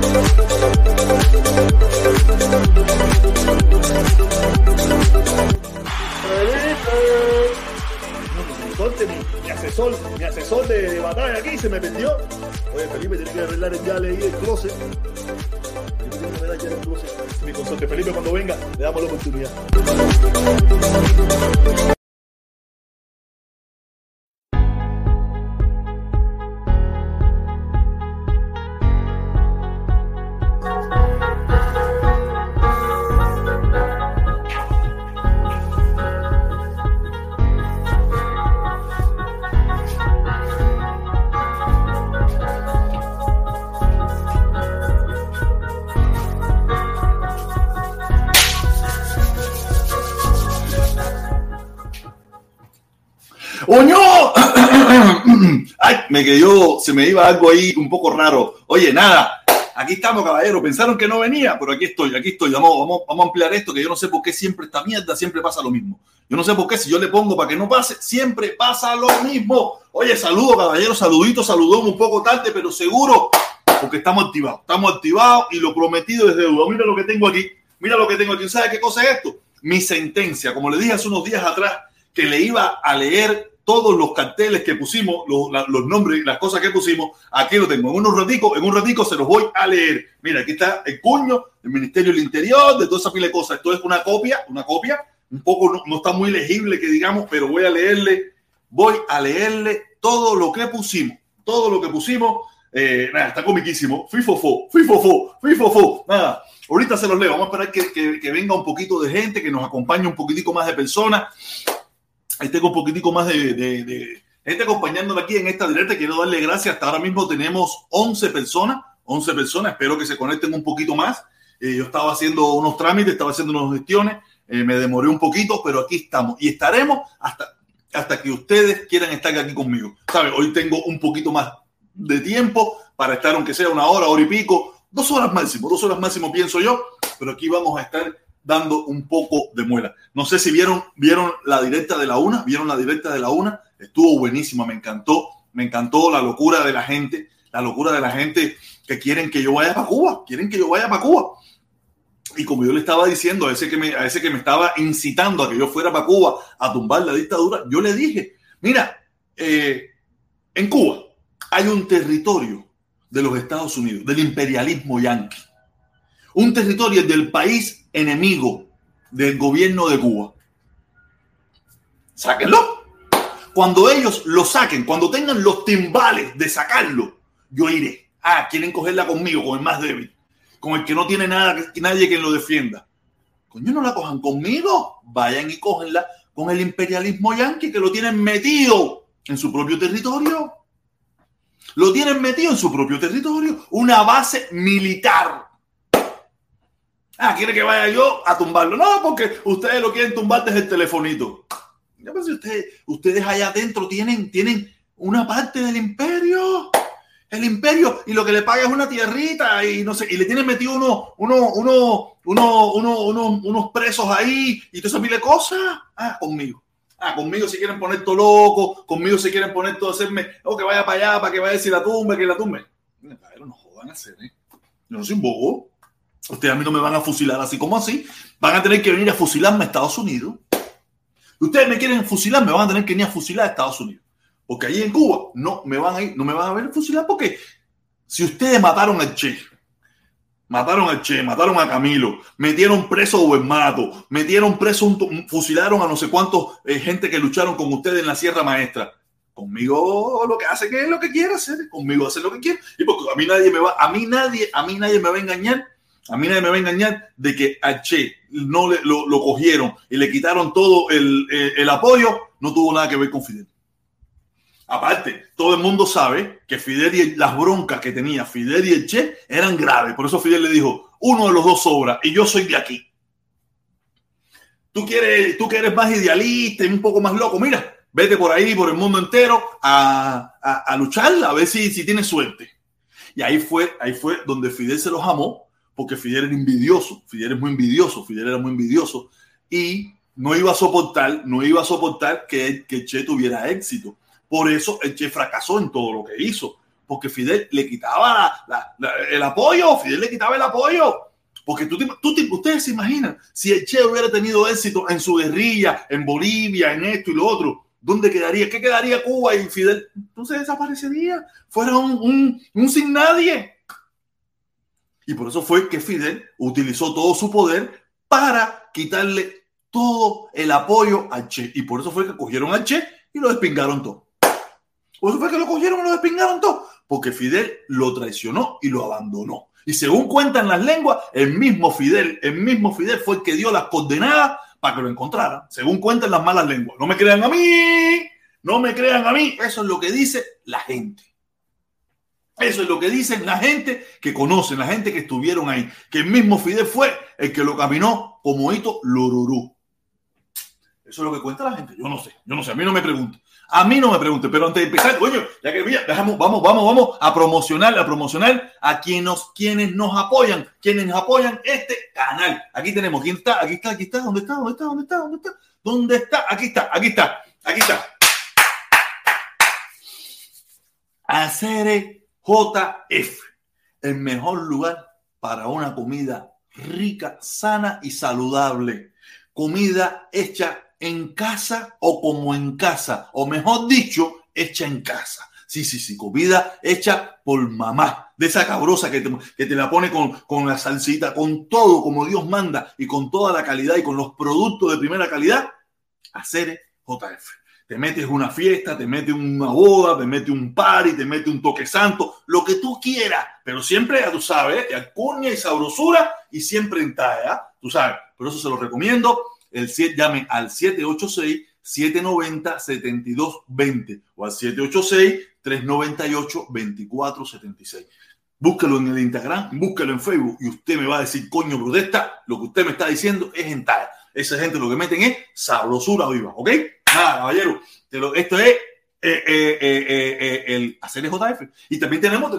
Mi asesor de batalla aquí se me perdió. Oye, Felipe tiene que arreglar el yale ahí del closet. Mi consorte Felipe, cuando venga, le damos la oportunidad. ¡Oño! Ay, se me iba algo ahí un poco raro. Oye, nada, aquí estamos, caballero. Pensaron que no venía, pero aquí estoy. Vamos a ampliar esto, que yo no sé por qué siempre esta mierda, siempre pasa lo mismo. Yo no sé por qué, si yo le pongo para que no pase, siempre pasa lo mismo. Oye, saludo, caballero, saludón un poco tarde, pero seguro, porque estamos activados y lo prometido es deuda. Mira lo que tengo aquí. ¿Sabe qué cosa es esto? Mi sentencia, como le dije hace unos días atrás, que le iba a leer todos los carteles que pusimos, los nombres, las cosas que pusimos. Aquí lo tengo. En un ratico se los voy a leer. Mira, aquí está el cuño del Ministerio del Interior, de toda esa pila de cosas. Esto es una copia, un poco no está muy legible que digamos, pero voy a leerle todo lo que pusimos. Nada, está comiquísimo. Fifofo. Nada, ahorita se los leo. Vamos a esperar que venga un poquito de gente, que nos acompañe un poquitico más de personas. Ahí tengo un poquitico más de gente acompañándome aquí en esta directa. Quiero darle gracias. Hasta ahora mismo tenemos 11 personas. Espero que se conecten un poquito más. Yo estaba haciendo unos trámites, estaba haciendo unas gestiones. Me demoré un poquito, pero aquí estamos. Y estaremos hasta que ustedes quieran estar aquí conmigo. ¿Sabe? Hoy tengo un poquito más de tiempo para estar, aunque sea una hora y pico. 2 horas máximo pienso yo. Pero aquí vamos a estar dando un poco de muela. No sé si vieron la directa de la una. Estuvo buenísima, me encantó la locura de la gente que quieren que yo vaya para Cuba. Y como yo le estaba diciendo a ese que me estaba incitando a que yo fuera para Cuba a tumbar la dictadura, yo le dije, mira, en Cuba hay un territorio de los Estados Unidos, del imperialismo yanqui. Un territorio del país enemigo del gobierno de Cuba. Sáquenlo. Cuando ellos lo saquen, cuando tengan los timbales de sacarlo, yo iré. Quieren cogerla conmigo, con el más débil, con el que no tiene nadie que lo defienda. Coño, no la cojan conmigo. Vayan y cógenla con el imperialismo yanqui, que lo tienen metido en su propio territorio. Una base militar. ¿Quiere que vaya yo a tumbarlo? No, porque ustedes lo quieren tumbar desde el telefonito. Ya pues, ustedes allá adentro tienen una parte del imperio. El imperio, y lo que le paga es una tierrita y no sé, y le tienen metido unos presos ahí y toda esa pila de cosas. Conmigo. Conmigo se quieren poner todo loco, conmigo se quieren poner todo hacerme, que vaya para allá, para que vaya a decir la tumbe, que la tumbe. Pero no jodan a hacer, Yo no soy un bobo. Ustedes a mí no me van a fusilar así como así. Van a tener que venir a fusilarme a Estados Unidos. Ustedes me quieren fusilar, me van a tener que venir a fusilar a Estados Unidos. Porque allí en Cuba no me van a ver fusilar, porque si ustedes mataron al Che, mataron a Camilo, metieron preso a Ubermato, fusilaron a no sé cuántos gente que lucharon con ustedes en la Sierra Maestra. Conmigo lo que hace que es lo que quiere hacer, conmigo hace lo que quiere. Y porque a mí nadie me va a engañar. A mí nadie me va a engañar de que a Che no lo cogieron y le quitaron todo el apoyo. No tuvo nada que ver con Fidel. Aparte, todo el mundo sabe que Fidel y las broncas que tenía Fidel y el Che eran graves. Por eso Fidel le dijo, uno de los dos sobra y yo soy de aquí. Tú que eres más idealista y un poco más loco, mira, vete por ahí, por el mundo entero a luchar, a ver si tienes suerte. Y ahí fue donde Fidel se los amó, porque Fidel era envidioso. Fidel era muy envidioso y no iba a soportar que el Che tuviera éxito. Por eso el Che fracasó en todo lo que hizo, porque Fidel le quitaba el apoyo. Fidel le quitaba el apoyo. Porque ustedes se imaginan, si el Che hubiera tenido éxito en su guerrilla, en Bolivia, en esto y lo otro, ¿dónde quedaría? ¿Qué quedaría Cuba y Fidel? Entonces desaparecería. Fuera un sin nadie. Y por eso fue que Fidel utilizó todo su poder para quitarle todo el apoyo al Che. Y por eso fue que cogieron al Che y lo despingaron todo. Por eso fue que lo cogieron y lo despingaron todo. Porque Fidel lo traicionó y lo abandonó. Y según cuentan las lenguas, el mismo Fidel fue el que dio las coordenadas para que lo encontraran. Según cuentan las malas lenguas. No me crean a mí. No me crean a mí. Eso es lo que dice la gente. Eso es lo que dicen la gente que conocen, la gente que estuvieron ahí. Que el mismo Fidel fue el que lo caminó como hito Lororú. Eso es lo que cuenta la gente. Yo no sé. A mí no me pregunten. Pero antes de empezar, coño, ya que vamos a promocionar a quienes nos apoyan este canal. Aquí tenemos. ¿Quién está? Aquí está. ¿Dónde está? Aquí está. Acere JF, el mejor lugar para una comida rica, sana y saludable. Comida hecha en casa o como en casa, o mejor dicho, hecha en casa. Sí, comida hecha por mamá, de esa cabrosa que te la pone con la salsita, con todo como Dios manda y con toda la calidad y con los productos de primera calidad. Acere JF. Te metes una fiesta, te metes una boda, te metes un party, te metes un toque santo, lo que tú quieras, pero siempre, ya tú sabes, alcurnia y sabrosura y siempre en talla, tú sabes. Por eso se lo recomiendo. Llame al 786-790-7220 o al 786-398-2476. Búsquelo en el Instagram, búsquelo en Facebook y usted me va a decir, coño, protesta, lo que usted me está diciendo es en talla. Esa gente lo que meten es sabrosura viva, ¿ok? Nada, caballero, esto es el Acere JF. Y también tenemos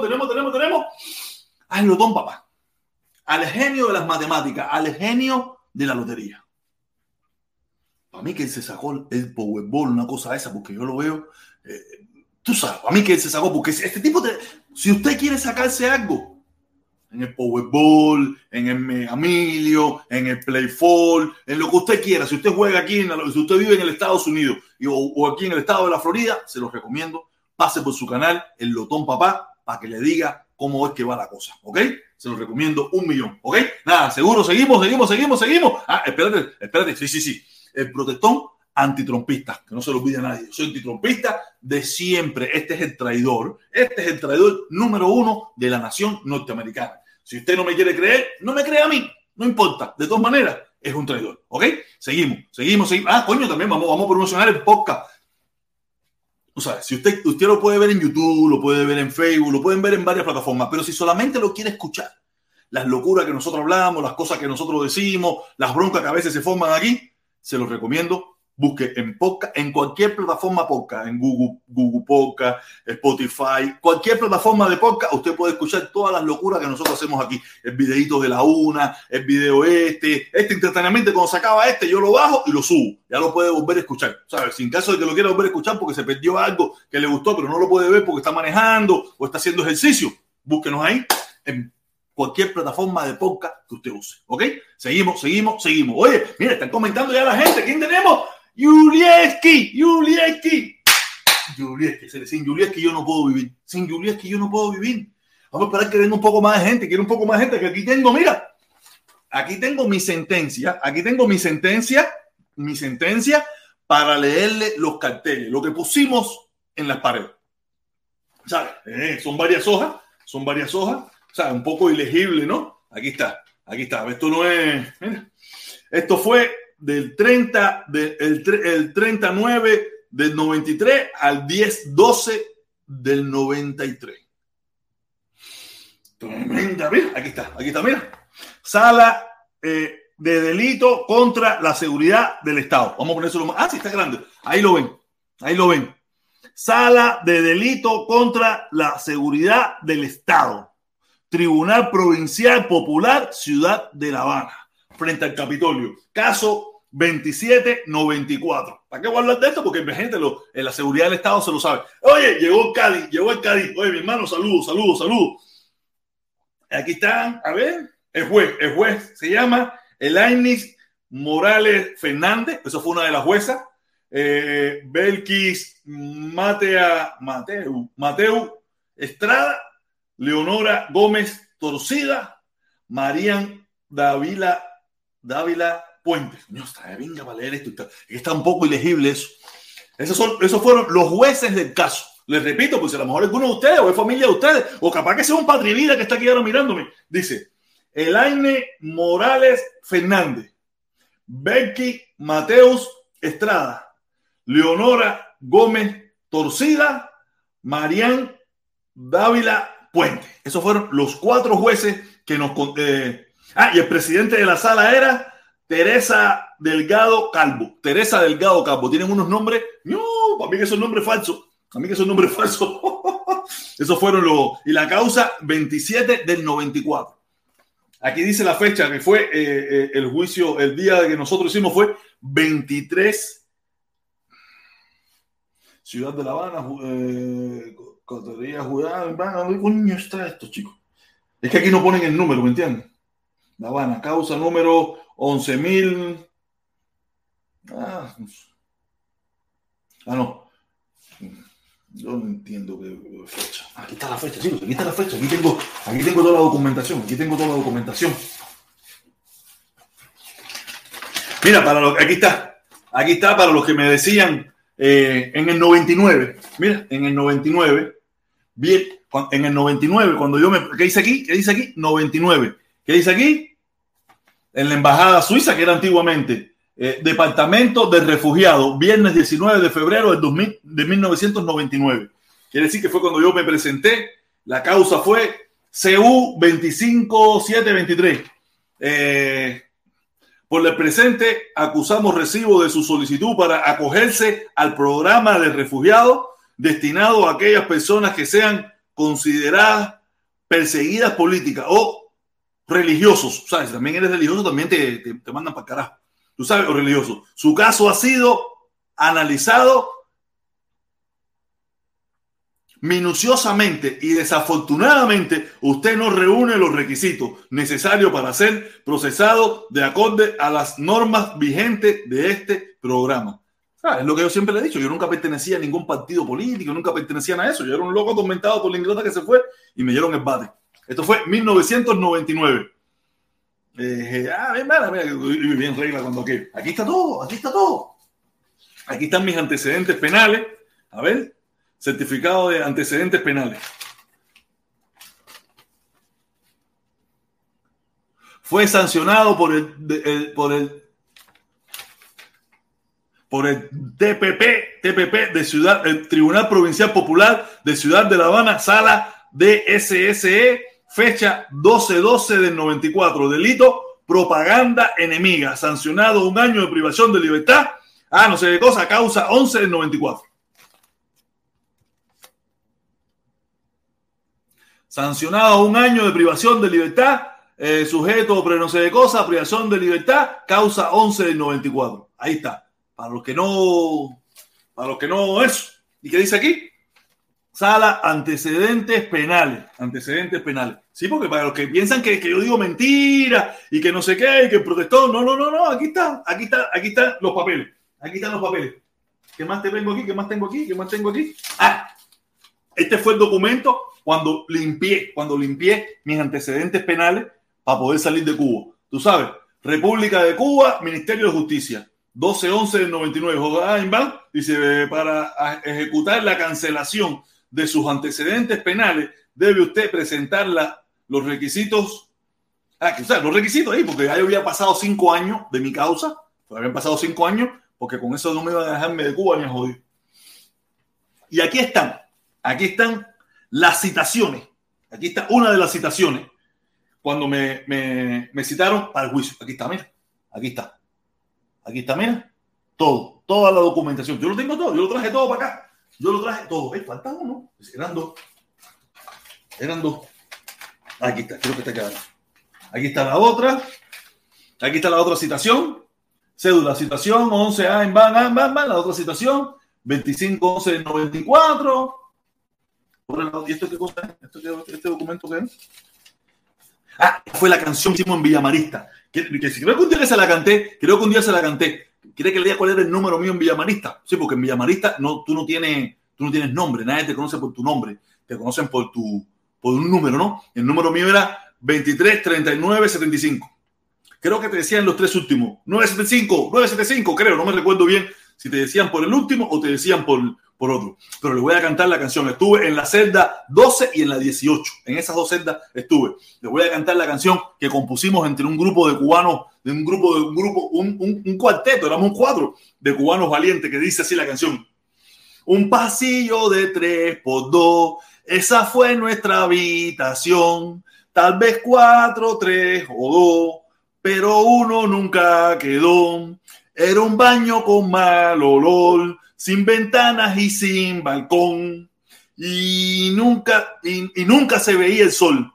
al Lotón Papá, al genio de las matemáticas, al genio de la lotería. Para mí que él se sacó el Powerball, una cosa esa, porque yo lo veo, tú sabes, para mí que él se sacó, porque este tipo, si usted quiere sacarse algo, en el Powerball, en el Mega Milio, en el Playfall, en lo que usted quiera, si usted juega aquí, si usted vive en el Estados Unidos o aquí en el estado de la Florida, se los recomiendo, pase por su canal, el Lotón Papá, para que le diga cómo es que va la cosa, ¿ok? Se los recomiendo 1.000.000, ¿ok? Nada, seguro, seguimos. Ah, espérate, sí. El protestón antitrompista, que no se lo olvide a nadie. Yo soy antitrompista de siempre. Este es el traidor número 1 de la nación norteamericana. Si usted no me quiere creer, no me crea a mí, no importa. De todas maneras, es un traidor, ¿ok? Seguimos. Ah, coño, también vamos a promocionar el podcast. O sea, si usted lo puede ver en YouTube, lo puede ver en Facebook, lo pueden ver en varias plataformas, pero si solamente lo quiere escuchar, las locuras que nosotros hablamos, las cosas que nosotros decimos, las broncas que a veces se forman aquí, se los recomiendo. Busque en podcast, en cualquier plataforma podcast, en Google Podcast, Spotify, cualquier plataforma de podcast, usted puede escuchar todas las locuras que nosotros hacemos aquí. El videito de la una, el video instantáneamente cuando se acaba yo lo bajo y lo subo. Ya lo puede volver a escuchar, ¿sabes? Si en caso de que lo quiera volver a escuchar porque se perdió algo que le gustó, pero no lo puede ver porque está manejando o está haciendo ejercicio, búsquenos ahí en cualquier plataforma de podcast que usted use, ¿ok? Seguimos. Oye, mira, están comentando ya la gente. ¿Quién tenemos? Julieski. Sin Julieski yo no puedo vivir. Vamos a esperar que venga un poco más de gente. Quiero un poco más de gente. Que aquí tengo, mira. Aquí tengo mi sentencia. Mi sentencia para leerle los carteles. Lo que pusimos en las paredes. ¿Sabes? Son varias hojas. O sea, un poco ilegible, ¿no? Aquí está. Esto no es... Mira. Esto fue del 30-9 del 93 al 10-12 del 93. Tremenda, mira, aquí está, mira. Sala de delito contra la seguridad del Estado. Vamos a ponérselo más. Ah, sí, está grande. Ahí lo ven. Sala de delito contra la seguridad del Estado. Tribunal Provincial Popular, Ciudad de La Habana. Frente al Capitolio. Caso 2794. ¿Para qué voy a hablar de esto? Porque gente en la seguridad del Estado se lo sabe. Oye, llegó el Cádiz. Oye, mi hermano, saludos. Aquí están, a ver, el juez se llama Elainis Morales Fernández, eso fue una de las juezas. Belkis Mateu Estrada, Leonora Gómez Torcida, Marían Dávila Puentes. Coño, está venga para leer esto. Está un poco ilegible eso. Esos fueron los jueces del caso. Les repito, pues a lo mejor alguno de ustedes o es familia de ustedes, o capaz que sea un patrivida que está aquí ahora mirándome. Dice, Elaine Morales Fernández, Becky Mateus Estrada, Leonora Gómez Torcida, Marían Dávila Puente. Esos fueron los 4 jueces que nos... y el presidente de la sala era Teresa Delgado Calvo. Tienen unos nombres... No, para mí que son nombres falsos. Esos fueron y la causa 27 del 94. Aquí dice la fecha que fue el juicio, el día que nosotros hicimos fue 23, Ciudad de La Habana, Cotería Judá. ¿Dónde coño está esto, chicos? Es que aquí no ponen el número, ¿me entienden? La Habana, causa número 11.000. No. Yo no entiendo qué fecha. Aquí está la fecha, chicos. Aquí tengo toda la documentación. Mira, aquí está para los que me decían en el 99. Mira, en el 99. Bien, en el 99, cuando ¿qué dice aquí? 99. ¿Qué dice aquí? En la embajada suiza, que era antiguamente Departamento de Refugiados, viernes 19 de febrero de 1999. Quiere decir que fue cuando yo me presenté. La causa fue CU 25723. Por el presente, acusamos recibo de su solicitud para acogerse al programa de refugiados destinado a aquellas personas que sean consideradas perseguidas políticas o religiosos. ¿Sabes? Si también eres religioso, también te mandan para el carajo. Tú sabes, o religioso. Su caso ha sido analizado minuciosamente y desafortunadamente usted no reúne los requisitos necesarios para ser procesado de acorde a las normas vigentes de este programa. Es lo que yo siempre le he dicho. Yo nunca pertenecía a ningún partido político, nunca pertenecía a eso. Yo era un loco atormentado por la ingrata que se fue y me dieron el bate. Esto fue 1999. Mira, bien regla cuando aquí. Aquí está todo. Aquí están mis antecedentes penales. A ver, certificado de antecedentes penales. Fue sancionado por el TPP de Ciudad, el Tribunal Provincial Popular de Ciudad de La Habana, sala DSSE, fecha 12/12 del 94, delito propaganda enemiga, sancionado 1 año de privación de libertad, no sé qué cosa, causa 11 del 94. Sancionado 1 año de privación de libertad, sujeto pero no sé qué cosa, privación de libertad, causa 11 del 94. Ahí está. Para los que no eso. ¿Y qué dice aquí? Sala antecedentes penales. Sí, porque para los que piensan que yo digo mentira y que no sé qué, y que protestó, no, aquí están los papeles. ¿Qué más te tengo aquí? ¿Qué más tengo aquí? Este fue el documento cuando limpié mis antecedentes penales para poder salir de Cuba. Tú sabes, República de Cuba, Ministerio de Justicia. 12/11 del 99. Dice, para ejecutar la cancelación de sus antecedentes penales, debe usted presentar los requisitos. Los requisitos ahí, porque ya había pasado 5 años de mi causa. Habían pasado 5 años, porque con eso no me iban a dejarme de Cuba ni a joder. Y aquí están las citaciones. Aquí está una de las citaciones cuando me citaron para el juicio. Aquí está, mira. Aquí está, mira, toda la documentación. Yo lo tengo todo, yo lo traje todo para acá. Falta uno. Eran dos. Aquí está, creo que está quedando. Aquí está la otra citación. Cédula, situación 11A en van, la otra situación 2511 del 94. ¿Y esto qué cosa es? ¿Este documento qué es? Fue la canción que hicimos en Villamarista. Creo que un día se la canté. ¿Quiere que le diga cuál era el número mío en Villamarista? Sí, porque en Villamarista tú no tienes nombre. Nadie te conoce por tu nombre. Te conocen por un número, ¿no? El número mío era 233975. Creo que te decían los tres últimos. 975, creo. No me recuerdo bien si te decían por el último o te decían por otro. Pero le voy a cantar la canción. Estuve en la celda 12 y en la 18. En esas dos celdas estuve. Le voy a cantar la canción que compusimos entre un grupo de cubanos, un cuarteto, éramos 4 de cubanos valientes, que dice así la canción. Un pasillo de 3x2, esa fue nuestra habitación. Tal vez 4, 3 o 2, pero uno nunca quedó. Era un baño con mal olor, sin ventanas y sin balcón. Y nunca se veía el sol.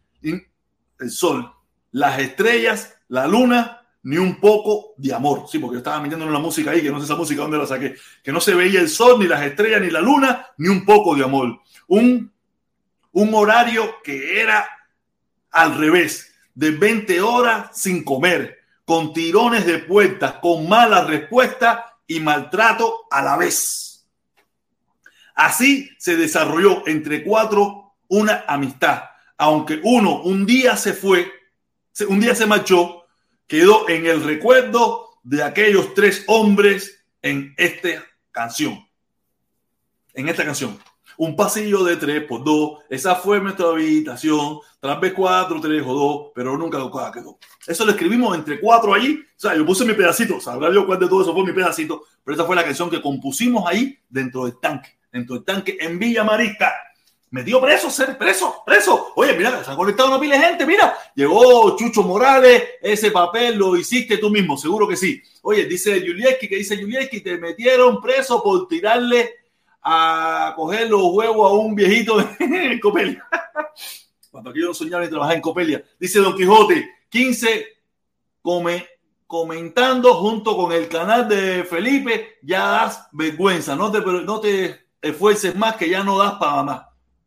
Las estrellas, la luna, ni un poco de amor. Sí, porque yo estaba metiendo en una música ahí, que no sé esa música dónde la saqué. Que no se veía el sol, ni las estrellas, ni la luna, ni un poco de amor. Un horario que era al revés, de 20 horas sin comer, con tirones de puertas, con malas respuestas y maltrato a la vez. Así se desarrolló entre 4 una amistad. Aunque uno un día se marchó, quedó en el recuerdo de aquellos 3 hombres en esta canción. Un pasillo de 3x2, esa fue nuestra habitación, tal vez 4, 3 o 2, pero nunca quedó. Eso lo escribimos entre 4 allí. O sea, yo puse mi pedacito, sabrá yo cuál de todo eso fue mi pedacito, pero esa fue la canción que compusimos ahí dentro del tanque en Villamarista. Me dio preso. Oye, mira, se ha conectado una pila de gente, mira. Llegó Chucho Morales, ese papel lo hiciste tú mismo, seguro que sí. Oye, dice Julieski, te metieron preso por tirarle a coger los huevos a un viejito de Copelia. Cuando aquí yo soñaba y trabajaba en Copelia. Dice Don Quijote, 15 comentando junto con el canal de Felipe, ya das vergüenza. No te esfuerces más, que ya no das para más.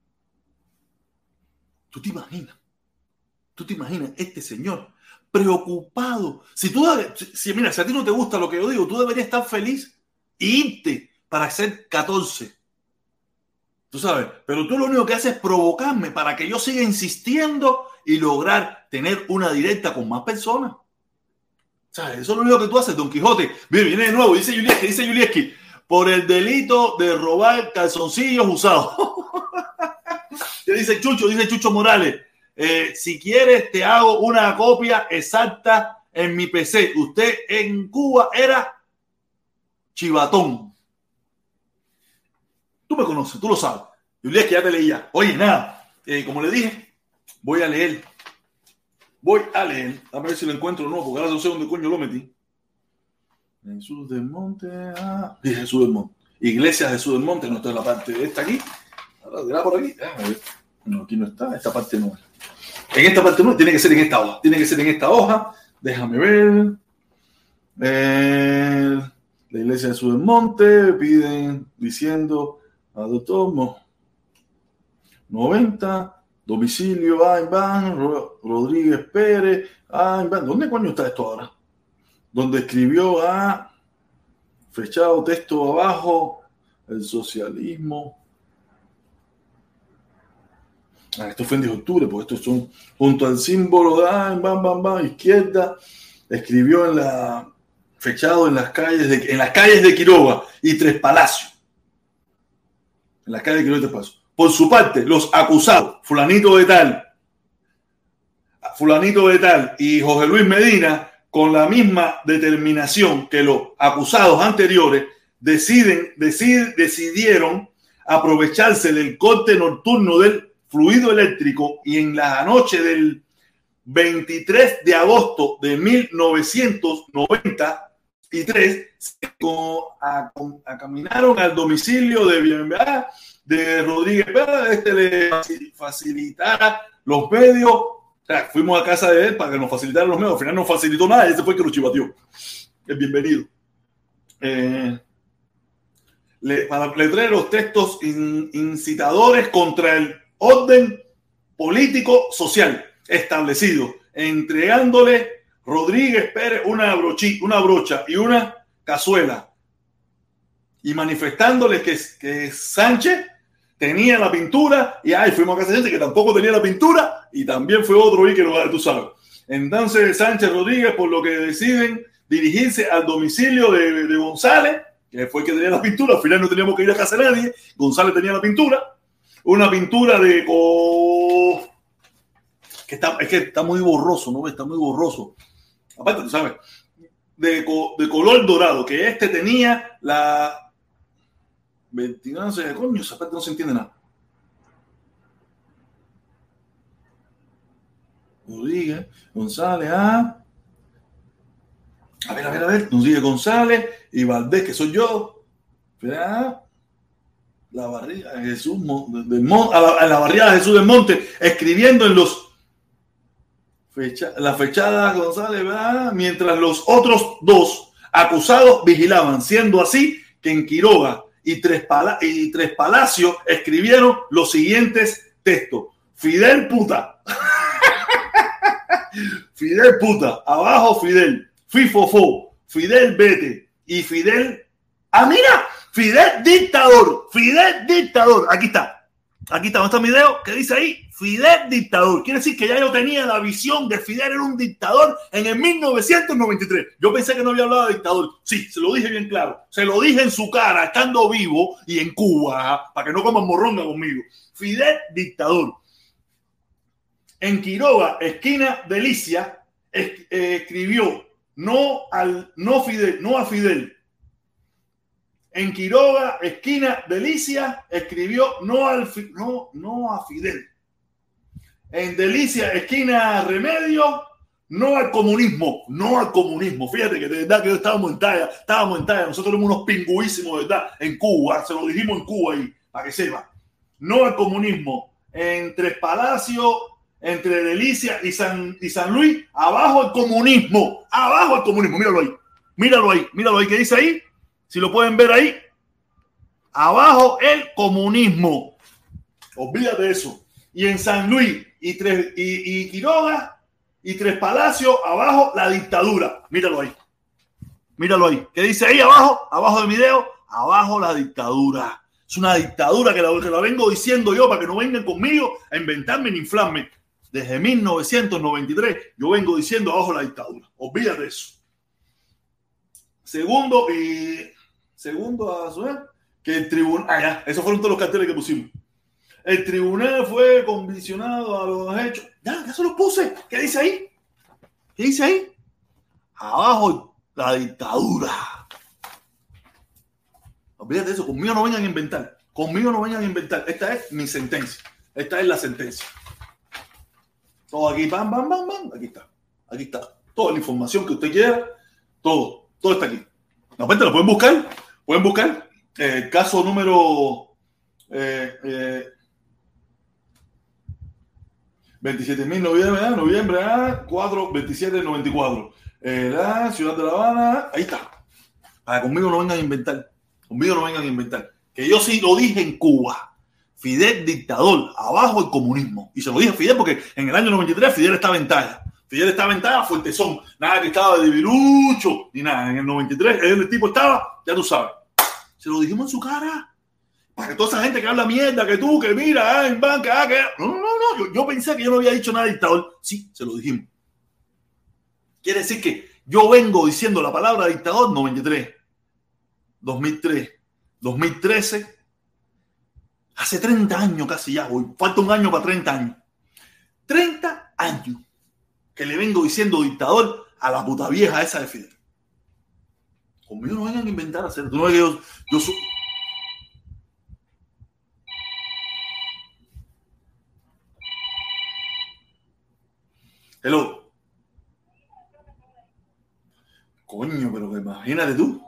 ¿Tú te imaginas este señor preocupado? Si a ti no te gusta lo que yo digo, tú deberías estar feliz e irte para hacer 14. Tú sabes, pero tú lo único que haces es provocarme para que yo siga insistiendo y lograr tener una directa con más personas. ¿Sabes? Eso es lo único que tú haces, Don Quijote. Viene de nuevo, dice Julieski, por el delito de robar calzoncillos usados. Dice Chucho Morales, si quieres te hago una copia exacta en mi PC. Usted en Cuba era chivatón. Tú me conoces, tú lo sabes. Julián, que ya te leía. Oye, nada, como le dije, voy a leer. A ver si lo encuentro o no, porque ahora no sé dónde coño lo metí. Jesús del Monte. Jesús del Monte. Iglesia Jesús del Monte, no está en la parte de esta aquí. Ahora, ¿será por aquí? No, aquí no está, esta parte no. En esta parte no, tiene que ser en esta hoja. Déjame ver. La Iglesia de Jesús del Monte piden diciendo a doctor 90, domicilio Rodríguez Pérez. ¿Dónde coño está esto ahora? Donde escribió fechado texto abajo, el socialismo. Esto fue en 10 de octubre, porque estos son junto al símbolo de izquierda. Escribió fechado en las calles de Quiroga y Tres Palacios. En las calles de Quiroga y Tres Palacios. Por su parte, los acusados, fulanito de tal y José Luis Medina, con la misma determinación que los acusados anteriores, decidieron aprovecharse del corte nocturno del fluido eléctrico y en la noche del 23 de agosto de 1993 caminaron al domicilio de Rodríguez Pérez, le facilitara los medios. O sea, fuimos a casa de él para que nos facilitara los medios. Al final no facilitó nada y ese fue el que lo chivateó. es bienvenido. Para letreros, textos incitadores contra el orden político social establecido, entregándole Rodríguez Pérez una brocha y una cazuela y manifestándole que Sánchez tenía la pintura y fuimos a casa de gente que tampoco tenía la pintura y también fue otro y que tú sabes. Entonces Sánchez Rodríguez, por lo que deciden dirigirse al domicilio de González, que fue el que tenía la pintura. Al final no teníamos que ir a casa de nadie. González tenía la pintura. Una pintura de... es que está muy borroso, ¿no? Está muy borroso. Aparte, tú sabes, de color dorado, que este tenía la... 29, coño, esa parte no se entiende nada. Rodríguez, González, A ver, nos sigue González y Valdés, que soy yo. La barriada de Jesús a la barriada de Jesús del Monte, escribiendo en la fechada González, ¿verdad? Mientras los otros dos acusados vigilaban, siendo así que en Quiroga y Tres Palacios escribieron los siguientes textos: Fidel puta. Fidel puta, abajo Fidel, Fifofo, Fidel vete y Fidel, mira, Fidel dictador, aquí está, ¿dónde está mi video? ¿Qué dice ahí? Fidel dictador, quiere decir que ya yo tenía la visión de Fidel era un dictador en el 1993, yo pensé que no había hablado de dictador, sí, se lo dije bien claro, se lo dije en su cara, estando vivo y en Cuba, para que no coman morronga conmigo, Fidel dictador. En Quiroga, esquina Delicia, escribió no a Fidel. En Quiroga, esquina Delicia, escribió no a Fidel. En Delicia, esquina Remedio, no al comunismo. Fíjate que de verdad que estábamos en talla. Nosotros éramos unos pingüísimos, de verdad, en Cuba. Se lo dijimos en Cuba ahí, para que sepa. No al comunismo. En Tres Palacios, entre Delicia y San Luis, abajo el comunismo, míralo ahí, ¿qué dice ahí? Si lo pueden ver ahí, abajo el comunismo, olvídate de eso. Y en San Luis y Quiroga y Tres Palacios, abajo la dictadura, míralo ahí, ¿qué dice ahí abajo del video? Abajo la dictadura. Es una dictadura que la vengo diciendo yo para que no vengan conmigo a inventarme ni inflarme. Desde 1993 yo vengo diciendo abajo la dictadura. Olvídate de eso. Segundo, a su vez, que el tribunal... esos fueron todos los carteles que pusimos. El tribunal fue condicionado a los hechos. Ya se los puse. ¿Qué dice ahí? Abajo la dictadura. Olvídate de eso. Conmigo no vengan a inventar. Esta es mi sentencia. Esta es la sentencia. Todo aquí, pam. Aquí está. Toda la información que usted quiera. Todo está aquí. De repente lo pueden buscar. Caso número 27.000 noviembre 4, 27, 94. La ciudad de La Habana. Ahí está. Conmigo no vengan a inventar. Que yo sí lo dije en Cuba. Fidel dictador, abajo el comunismo. Y se lo dije a Fidel porque en el año 93 Fidel estaba en talla. Fuertezón. Nada que estaba de debilucho, ni nada. En el 93 el tipo estaba, ya tú sabes. Se lo dijimos en su cara. Para que toda esa gente que habla mierda, que tú, que mira, en banca, que... No. Yo pensé que yo no había dicho nada de dictador. Sí, se lo dijimos. Quiere decir que yo vengo diciendo la palabra dictador 93, 2003, 2013... Hace 30 años casi ya, hoy. Falta un año para 30 años. 30 años que le vengo diciendo dictador a la puta vieja esa de Fidel. Conmigo no vengan a inventar hacer. Tú no ves que yo soy... Hello. Coño, pero que imagínate tú.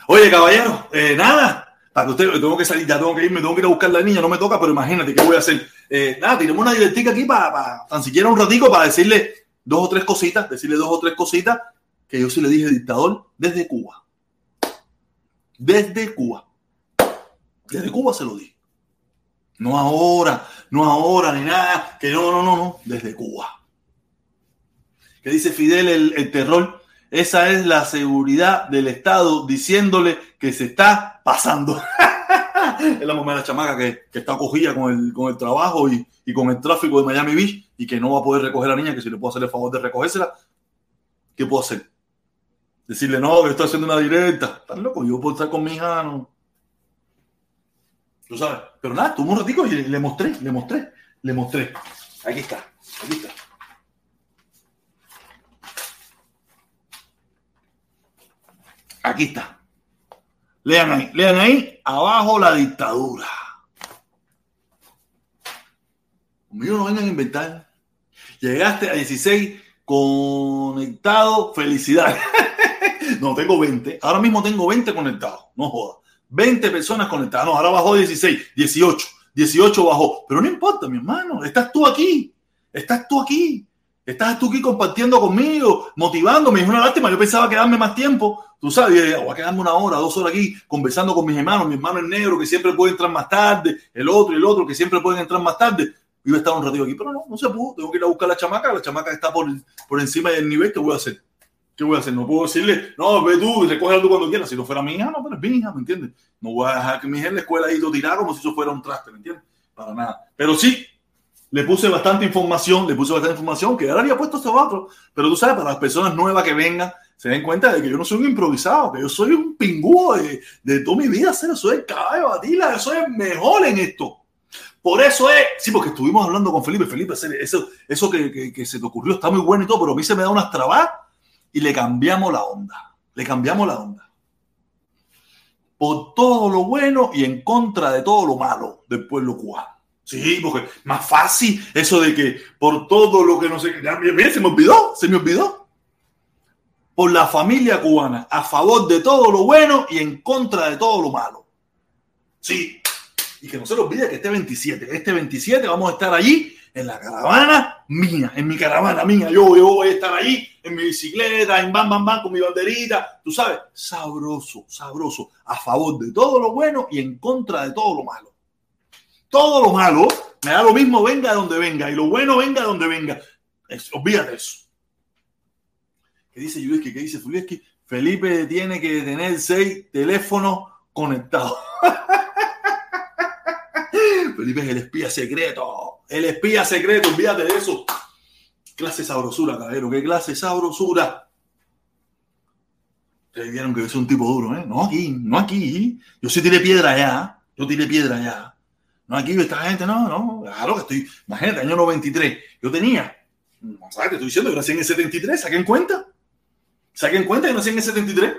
Oye, caballero, nada. Para que usted, tengo que salir, ya tengo que irme, tengo que ir a buscar a la niña, no me toca, pero imagínate qué voy a hacer. Nada, tiremos una directica aquí para tan siquiera un ratico para decirle dos o tres cositas que yo sí le dije dictador desde Cuba. Desde Cuba se lo dije. No ahora, ni nada, que no, desde Cuba. ¿Qué dice Fidel el terror? Esa es la seguridad del Estado diciéndole que se está pasando. Es la mamá de la chamaca que está cogida con el trabajo y con el tráfico de Miami Beach y que no va a poder recoger a la niña, que si le puedo hacer el favor de recogérsela, ¿qué puedo hacer? Decirle, no, que estoy haciendo una directa. ¿Estás loco? Yo puedo estar con mi hija, no. Tú sabes. Pero nada, tuve un ratico y le mostré. Aquí está. Aquí está. Lean ahí, abajo la dictadura. Conmigo no vengan a inventar. Llegaste a 16 conectados, felicidades. No, tengo 20. Ahora mismo tengo 20 conectados, no jodas. 20 personas conectadas. No, ahora bajó 16, 18 bajó. Pero no importa, mi hermano. Estás tú aquí compartiendo conmigo, motivándome. Es una lástima, yo pensaba quedarme más tiempo. Tú sabes, voy a quedarme 1 hora, 2 horas aquí conversando con mis hermanos. Mi hermano el negro que siempre puede entrar más tarde, el otro que siempre pueden entrar más tarde. Iba a estar un ratito aquí, pero no se pudo. Tengo que ir a buscar a la chamaca. La chamaca está por encima del nivel. ¿Qué voy a hacer? No puedo decirle, no, ve tú y recógela tú cuando quieras. Si no fuera mi hija, no, pero es mi hija, ¿me entiendes? No voy a dejar que mi hija en la escuela ahí todo tirada como si eso fuera un traste, ¿me entiendes? Para nada. Pero sí, le puse bastante información que ahora había puesto este otro. Pero tú sabes, para las personas nuevas que vengan, se den cuenta de que yo no soy un improvisado, que yo soy un pingúo de toda mi vida. Soy el caballo de Atila, yo soy el mejor en esto. Por eso es, sí, porque estuvimos hablando con Felipe, eso que se te ocurrió está muy bueno y todo, pero a mí se me da unas trabas y le cambiamos la onda. Por todo lo bueno y en contra de todo lo malo del pueblo cubano. Sí, porque más fácil eso de que por todo lo que no sé qué. Mira, se me olvidó. Por la familia cubana, a favor de todo lo bueno y en contra de todo lo malo. Sí. Y que no se le olvide que este 27 vamos a estar allí en la caravana mía, en mi caravana mía. Yo voy a estar allí en mi bicicleta, en bam, con mi banderita. Tú sabes, sabroso. A favor de todo lo bueno y en contra de todo lo malo. Todo lo malo me da lo mismo, venga de donde venga. Y lo bueno venga de donde venga. Olvídate eso. ¿Qué dice Yulieski? ¿Qué dice Fulieski? Felipe tiene que tener 6 teléfonos conectados. Felipe es el espía secreto. Olvídate de eso. Clase sabrosura, caballero. ¿Qué clase sabrosura? Ustedes vieron que yo soy un tipo duro, ¿eh? No aquí. Yo sí tiré piedra allá. No aquí, esta gente, no. Claro que estoy. Imagínate, año 93. Yo tenía. No sabes, te estoy diciendo, yo nací en el 73. Saquen cuenta que nací en el 73.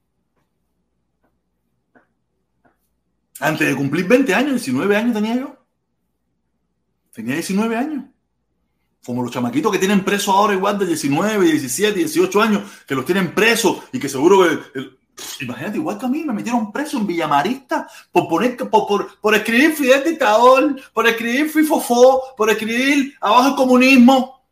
Antes de cumplir 20 años, 19 años tenía yo. Tenía 19 años. Como los chamaquitos que tienen presos ahora igual de 19, 17, 18 años, que los tienen presos y que seguro que... Imagínate, igual que a mí, me metieron preso en Villamarista por escribir Fidel Dictador, por escribir Fifofó, por escribir abajo el comunismo.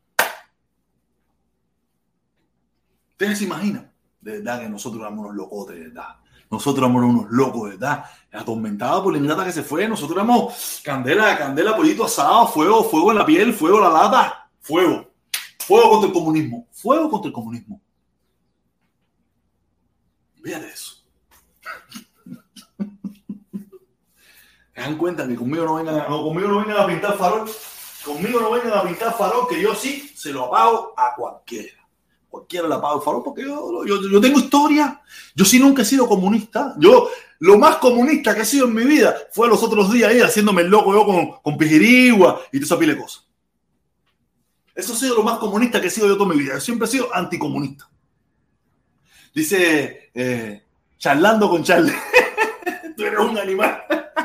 ¿Ustedes se imaginan? De verdad que nosotros éramos unos locotes, de verdad. Nosotros éramos unos locos, ¿verdad? Atormentados por la ingrata que se fue. Nosotros éramos candela, pollito asado, fuego en la piel, fuego en la lata. Fuego contra el comunismo. Fíjate eso. ¿Se dan cuenta que conmigo no vengan a pintar farol? Conmigo no vengan a pintar farol, que yo sí se lo apago a cualquiera. Cualquiera le apago el farol porque yo tengo historia. Yo sí nunca he sido comunista. Yo lo más comunista que he sido en mi vida fue los otros días ahí haciéndome el loco yo con Pijirigua y toda esa pila de cosas. Eso ha sido lo más comunista que he sido yo toda mi vida. Yo siempre he sido anticomunista. Dice, charlando con Charlie. Tú eres un animal.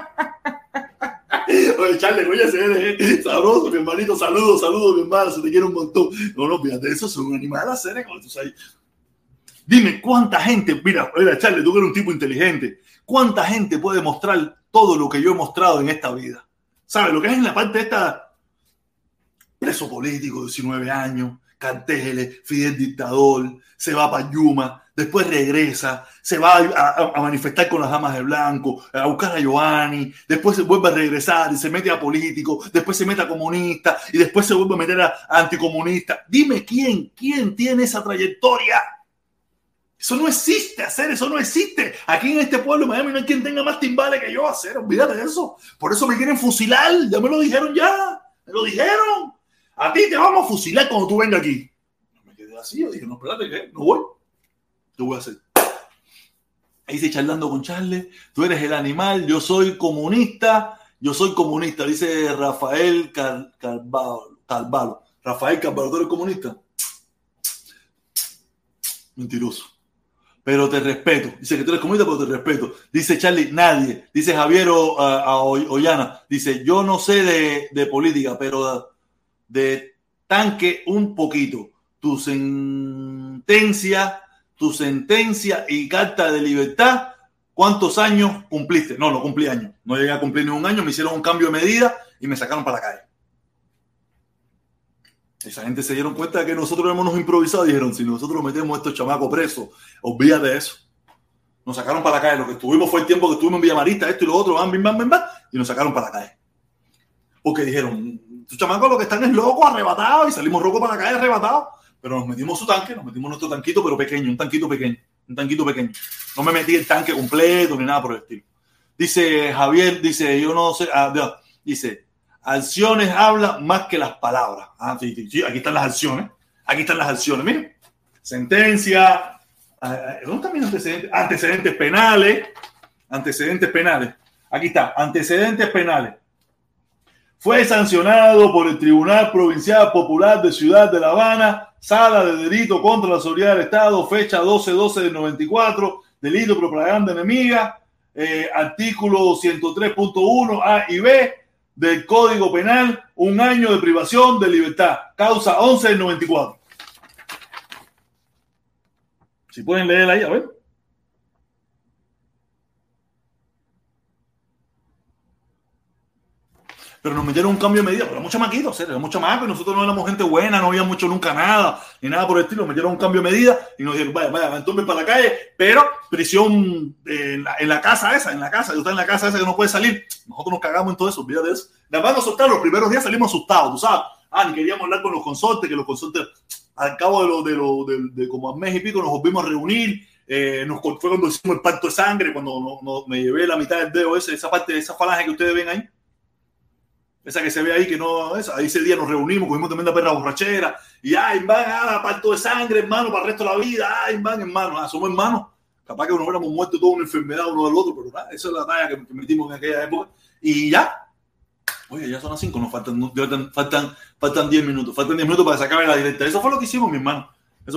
Oye, Charlie, oye, sabroso, mi hermanito, saludos, mi hermano, se te quiere un montón. No, fíjate, eso es un animal a hacer, tú sabes. Dime cuánta gente, mira, Charlie, tú que eres un tipo inteligente, cuánta gente puede mostrar todo lo que yo he mostrado en esta vida. ¿Sabes lo que es en la parte de esta? Preso político, 19 años, carteles, Fidel dictador, se va para Yuma, después regresa, se va a manifestar con las damas de blanco, a buscar a Giovanni, después se vuelve a regresar y se mete a político, después se mete a comunista y después se vuelve a meter a anticomunista. Dime quién tiene esa trayectoria. Eso no existe, hacer eso no existe. Aquí en este pueblo de Miami no hay quien tenga más timbales que yo, hacer, olvídate de eso. Por eso me quieren fusilar, ya me lo dijeron ya, me lo dijeron. A ti te vamos a fusilar cuando tú vengas aquí. Me quedé así, yo dije, no, espérate, ¿qué? No voy. ¿Qué voy a hacer? Ahí dice charlando con Charles, tú eres el animal, yo soy comunista, dice Rafael Carvalho. Rafael Carvalho, ¿tú eres comunista? Mentiroso. Pero te respeto. Dice que tú eres comunista, pero te respeto. Dice Charlie, nadie. Dice Javier Ollana, dice, yo no sé de política, pero de tanque un poquito. Tu sentencia y carta de libertad, ¿cuántos años cumpliste? No cumplí años. No llegué a cumplir ni un año, me hicieron un cambio de medida y me sacaron para la calle. Esa gente se dieron cuenta de que nosotros hemos improvisado y dijeron, si nosotros metemos a estos chamacos presos, olvídate de eso. Nos sacaron para la calle. Lo que estuvimos fue el tiempo que estuvimos en Villamarista, esto y lo otro, bam, y nos sacaron para la calle. Porque dijeron, estos chamacos lo que están es locos, arrebatados, y salimos locos para la calle arrebatados. Pero nos metimos su tanque, nos metimos nuestro tanquito, pero pequeño, un tanquito pequeño. No me metí el tanque completo ni nada por el estilo. Dice Javier, dice, yo no sé, dice, acciones hablan más que las palabras. Sí, aquí están las acciones. Miren. Sentencia. ¿Dónde están mis antecedentes? Antecedentes penales. Aquí está, antecedentes penales. Fue sancionado por el Tribunal Provincial Popular de Ciudad de La Habana, Sala de Delito contra la Seguridad del Estado, fecha 12/12 del 94, delito de propaganda enemiga, artículo 203.1 A y B del Código Penal, 1 año de privación de libertad, causa 11 del 94. Si pueden leer ahí, a ver. Pero nos metieron un cambio de medida, pero éramos chamaquitos, éramos chamacos y nosotros no éramos gente buena, no había mucho nunca nada, ni nada por el estilo. Nos metieron un cambio de medida y nos dijeron, vaya, entonces para la calle, pero prisión en la casa esa, yo estaba en la casa esa que no puede salir. Nosotros nos cagamos en todo eso, olvídate de eso. Nada más nos soltaron, los primeros días salimos asustados, tú sabes. Ni queríamos hablar con los consortes, que los consortes, al cabo de como al mes y pico, nos volvimos a reunir. Fue cuando hicimos el pacto de sangre, cuando me llevé la mitad del dedo esa parte de esa falange que ustedes ven ahí. Esa que se ve ahí, que no, ahí ese día nos reunimos, cogimos tremenda perra borrachera, y pacto de sangre, hermano, para el resto de la vida, hermano, somos hermanos. Capaz que nos hubiéramos muerto toda una enfermedad uno del otro, pero nada, esa es la talla que metimos en aquella época. Y ya, oye, ya son las 5, nos faltan 10 minutos, para sacar la directa. Eso fue lo que hicimos, mi hermano,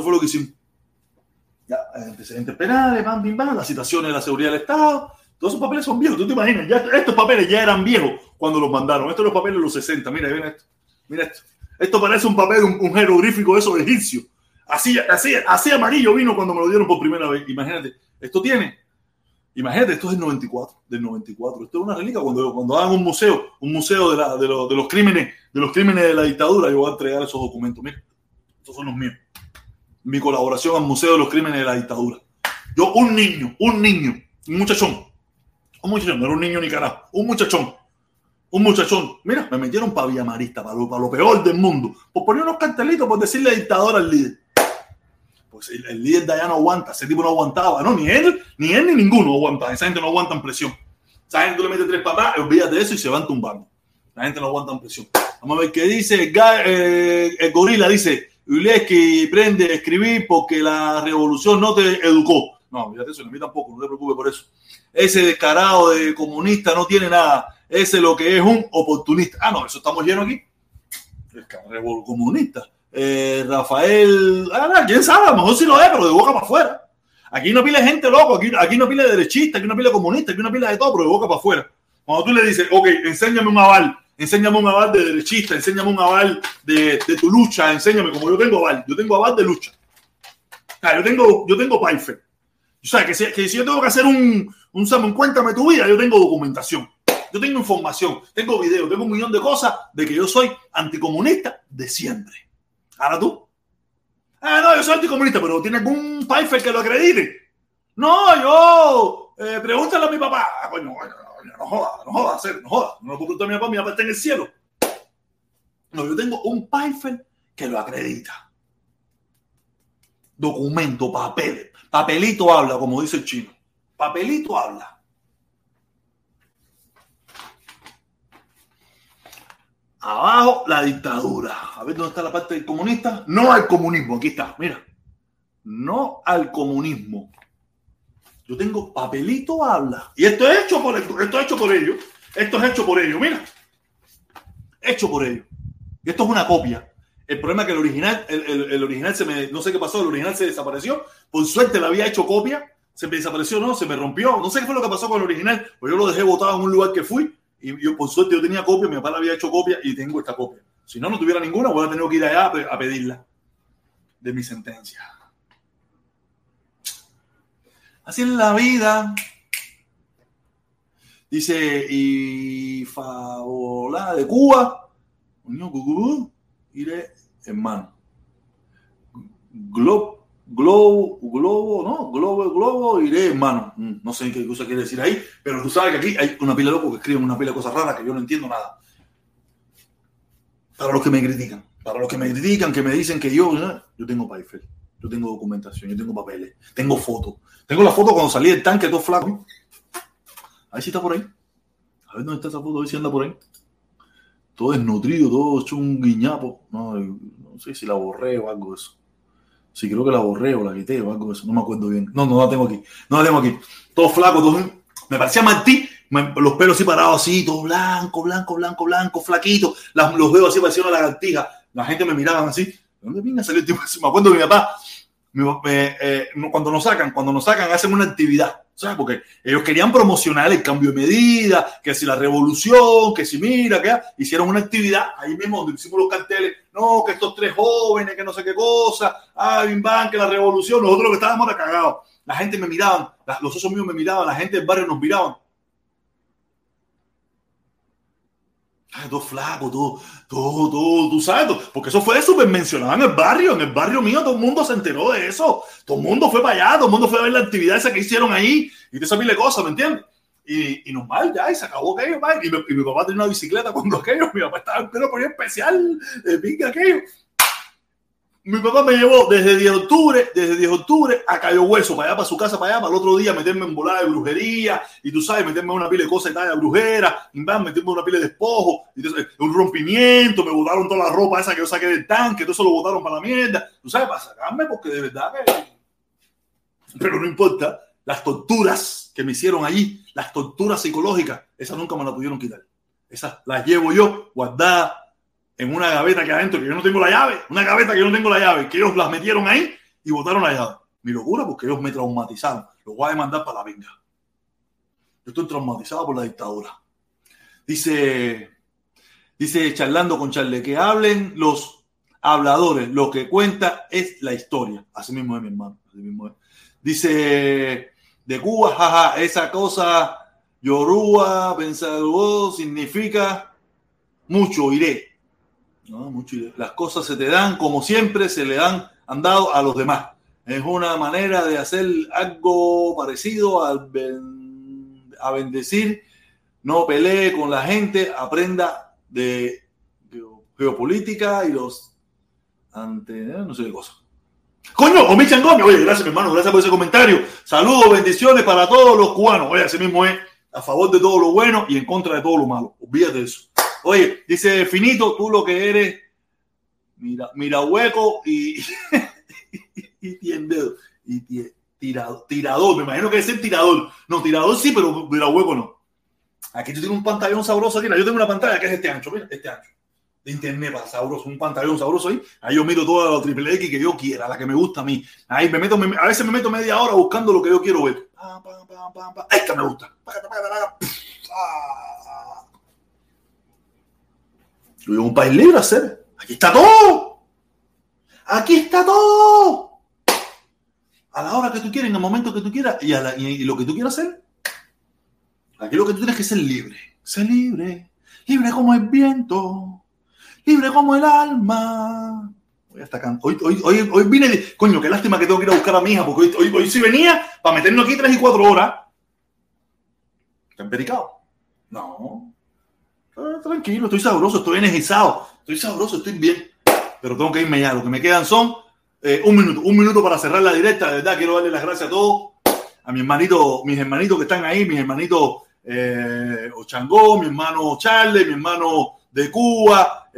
Ya, antecedentes penales, las citaciones de la seguridad del Estado. Todos esos papeles son viejos, tú te imaginas, estos papeles ya eran viejos cuando los mandaron. Estos son los papeles de los 60, mira esto. Esto parece un papel, un jeroglífico de esos egipcios. Así amarillo vino cuando me lo dieron por primera vez. Imagínate, esto es del 94. Esto es una reliquia. Cuando hagan un museo de los crímenes de la dictadura, yo voy a entregar esos documentos. Mira, estos son los míos. Mi colaboración al Museo de los Crímenes de la Dictadura. Yo, un niño, un muchachón, no era un niño ni carajo, un muchachón, mira, me metieron para Villamarista, para lo peor del mundo, por poner unos cartelitos, por decirle dictador al líder. Pues el líder de allá no aguanta, ese tipo no aguantaba, no, ni él ni ninguno aguanta, esa gente no aguanta en presión, esa gente le mete 3 patas, olvídate de eso y se van tumbando, la gente no aguanta en presión. Vamos a ver qué dice el gorila, dice, Uleski prende a escribir porque la revolución no te educó. No, fíjate eso, a mí tampoco, no te preocupes por eso. Ese descarado de comunista no tiene nada. Ese lo que es un oportunista. No, eso estamos llenos aquí. El comunista. Rafael, quién sabe, a lo mejor sí lo es, pero de boca para afuera. Aquí no pila gente loco, aquí no pila derechista, aquí no pila comunista, aquí no pila de todo, pero de boca para afuera. Cuando tú le dices, ok, enséñame un aval de derechista, enséñame un aval de tu lucha, enséñame, como yo tengo aval de lucha. Yo tengo Pfeiffer. O sea, que si yo tengo que hacer un cuéntame tu vida, yo tengo documentación. Yo tengo información, tengo video, tengo un millón de cosas de que yo soy anticomunista de siempre. Ahora tú. No, yo soy anticomunista, pero ¿tiene algún Pfeiffer que lo acredite? No, pregúntale a mi papá. Coño, no joda. No lo puedo preguntar a mi papá está en el cielo. No, yo tengo un Pfeiffer que lo acredita. Documento, papeles. Papelito habla, como dice el chino. Papelito habla. Abajo, la dictadura. A ver dónde está la parte del comunista. No al comunismo. Aquí está, mira. No al comunismo. Yo tengo papelito habla. Y esto es hecho por ellos. Mira. Hecho por ellos. Y esto es una copia. El problema es que el original no sé qué pasó, el original se desapareció. Por suerte le había hecho copia. Se me desapareció, no, se me rompió. No sé qué fue lo que pasó con el original. Pues yo lo dejé botado en un lugar que fui. Y yo, por suerte, yo tenía copia, mi papá le había hecho copia y tengo esta copia. Si no tuviera ninguna, voy a tener que ir allá a pedirla de mi sentencia. Así es la vida. Dice, y Favola de Cuba. Iré, hermano. Globo, iré, hermano. No sé qué cosa quiere decir ahí, pero tú sabes que aquí hay una pila de locos que escriben una pila de cosas raras que yo no entiendo nada. Para los que me critican, que me dicen que yo tengo Pfeiffer, yo tengo documentación, yo tengo papeles, tengo fotos. Tengo la foto cuando salí del tanque todo flaco. A ver si está por ahí. A ver dónde está esa foto, a ver si anda por ahí. Todo desnutrido, todo hecho un guiñapo. No sé si la borré o algo de eso. Sí, creo que la borré o la quité o algo de eso. No me acuerdo bien. No la tengo aquí. Todo flaco, todo. Me parecía Martí. Los pelos así parados, así, todo blanco, flaquito. Los dedos así parecían una lagartija. La gente me miraba así. ¿De dónde viene a salir el tipo? Me acuerdo que mi papá, cuando nos sacan, hacen una actividad. ¿Sabes? Porque ellos querían promocionar el cambio de medida, que si la revolución, que si mira, que hicieron una actividad ahí mismo donde hicimos los carteles. No, que estos tres jóvenes, que no sé qué cosa, bim bam, que la revolución, nosotros que estábamos cagados. La gente me miraban, los socios míos me miraban, la gente del barrio nos miraban. Todo flaco, todo, tú sabes, porque eso fue súper mencionado en el barrio mío todo el mundo se enteró de eso, todo el mundo fue para allá, todo el mundo fue a ver la actividad esa que hicieron ahí, y te sabes mil cosas, ¿me entiendes? Y normal, ya, y se acabó aquello, y mi papá tenía una bicicleta cuando aquello, mi papá estaba en pelo por ahí especial, de pinga aquello. Mi papá me llevó desde 10 de octubre a Cayo Hueso, para allá, para su casa, para allá, para el otro día meterme en volada de brujería, y tú sabes, meterme en una pila de cosas y tal, de brujera, meterme en una pila de despojo, y un rompimiento, me botaron toda la ropa esa que yo saqué del tanque, todo eso lo botaron para la mierda, tú sabes, para sacarme, porque de verdad que... Pero no importa, las torturas que me hicieron allí, las torturas psicológicas, esas nunca me las pudieron quitar. Esas las llevo yo guardadas en una gaveta que adentro, que yo no tengo la llave, que ellos las metieron ahí y botaron la llave. Mi locura, porque ellos me traumatizaron. Los voy a demandar para la venga. Yo estoy traumatizado por la dictadura. Dice charlando con Charle, que hablen los habladores, lo que cuenta es la historia. Así mismo es, mi hermano. Así mismo es. Dice, de Cuba, jaja, esa cosa, Yoruba, pensar, significa mucho, iré. No, mucho. Las cosas se te dan como siempre se le han dado a los demás. Es una manera de hacer algo parecido a bendecir. No pelee con la gente, aprenda de geopolítica y los no sé qué cosa. Coño, Omi Changón. Oye, gracias, mi hermano, gracias por ese comentario. Saludos, bendiciones para todos los cubanos. Oye, así mismo es, a favor de todo lo bueno y en contra de todo lo malo. Olvídate de eso. Oye, dice Finito, tú lo que eres, mira hueco y tiendero, y tirador, me imagino que es el tirador. No, tirador sí, pero mira hueco no. Aquí tú tienes un pantallón sabroso, mira, yo tengo una pantalla que es este ancho, mira, este ancho. De internet, para sabroso, un pantallón sabroso ahí. Ahí yo miro toda la triple X que yo quiera, la que me gusta a mí. Ahí a veces me meto media hora buscando lo que yo quiero ver. Esta me gusta. Yo vivo en un país libre, hacer. Aquí está todo. a la hora que tú quieras, en el momento que tú quieras y lo que tú quieras hacer. Aquí lo que tú tienes que ser libre. Ser libre. Libre como el viento. Libre como el alma. Hoy vine, coño, qué lástima que tengo que ir a buscar a mi hija, porque hoy sí venía para meternos aquí 3 y 4 horas. ¿Está empericado? No. Tranquilo, estoy sabroso, estoy energizado. Estoy sabroso, estoy bien. Pero tengo que irme ya. Lo que me quedan son un minuto para cerrar la directa. De verdad, quiero darle las gracias a todos. A mis hermanitos que están ahí, mis hermanitos Ochangó, mi hermano Charles, mi hermano de Cuba,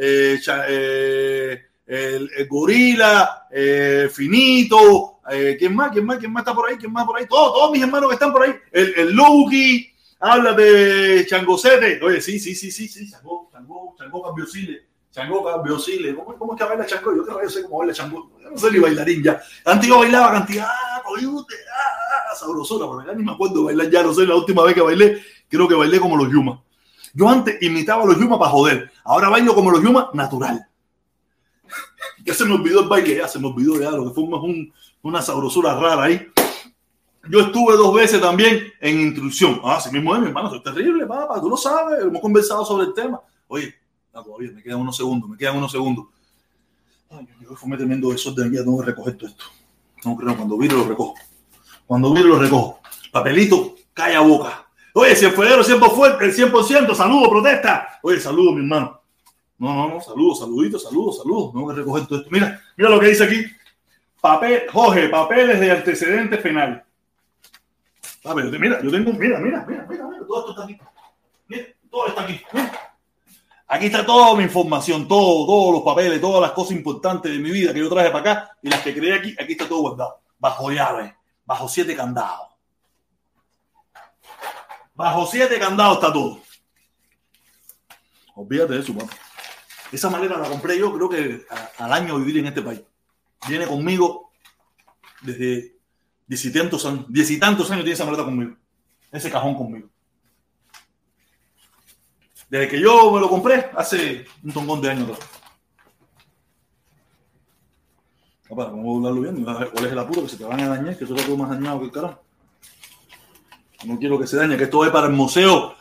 el Gorila, Finito, ¿quién más está por ahí? Todos mis hermanos que están por ahí. El Luki, habla de Changocete. Oye, sí, Changó Cambiosile. ¿Cómo es que baila Changó? Yo creo que sé cómo baila Changó. Yo no sé ni bailarín ya. Antes yo bailaba cantidad, sabrosura, pero ya ni me acuerdo de bailar ya. No sé, la última vez que bailé, creo que bailé como los Yuma. Yo antes imitaba a los Yuma para joder. Ahora bailo como los Yuma natural. Ya se me olvidó el baile, ya lo que fue una sabrosura rara ahí. Yo estuve 2 veces también en instrucción. Así mismo es, mi hermano, soy terrible, papá, tú lo sabes, hemos conversado sobre el tema. Oye, no, todavía me quedan unos segundos. Ay, yo fue tremendo desorden, ya tengo que recoger todo esto. No creo, cuando vire lo recojo. Papelito, calla boca. Oye, si el fueguero siempre fuerte, el 100%, saludo, protesta. Oye, saludo, mi hermano. No, saluditos. Tengo que recoger todo esto. Mira lo que dice aquí. Papeles de antecedentes penales. Mira, yo tengo, mira, todo esto está aquí. Mira, todo está aquí. Mira. Aquí está toda mi información, todos los papeles, todas las cosas importantes de mi vida que yo traje para acá y las que creé aquí está todo guardado. Bajo llave, bajo 7 candados. Bajo 7 candados está todo. Olvídate de eso, papá. Esa manera la compré yo, creo que al año vivir en este país. Viene conmigo desde 10 y tantos años. 10 y tantos años tiene esa maleta conmigo. Ese cajón conmigo. Desde que yo me lo compré, hace un tongón de años atrás. Papá, vamos a hablarlo bien. ¿Cuál es el apuro? Que se te van a dañar, que eso está todo más dañado que el carajo. No quiero que se dañe, que esto es para el museo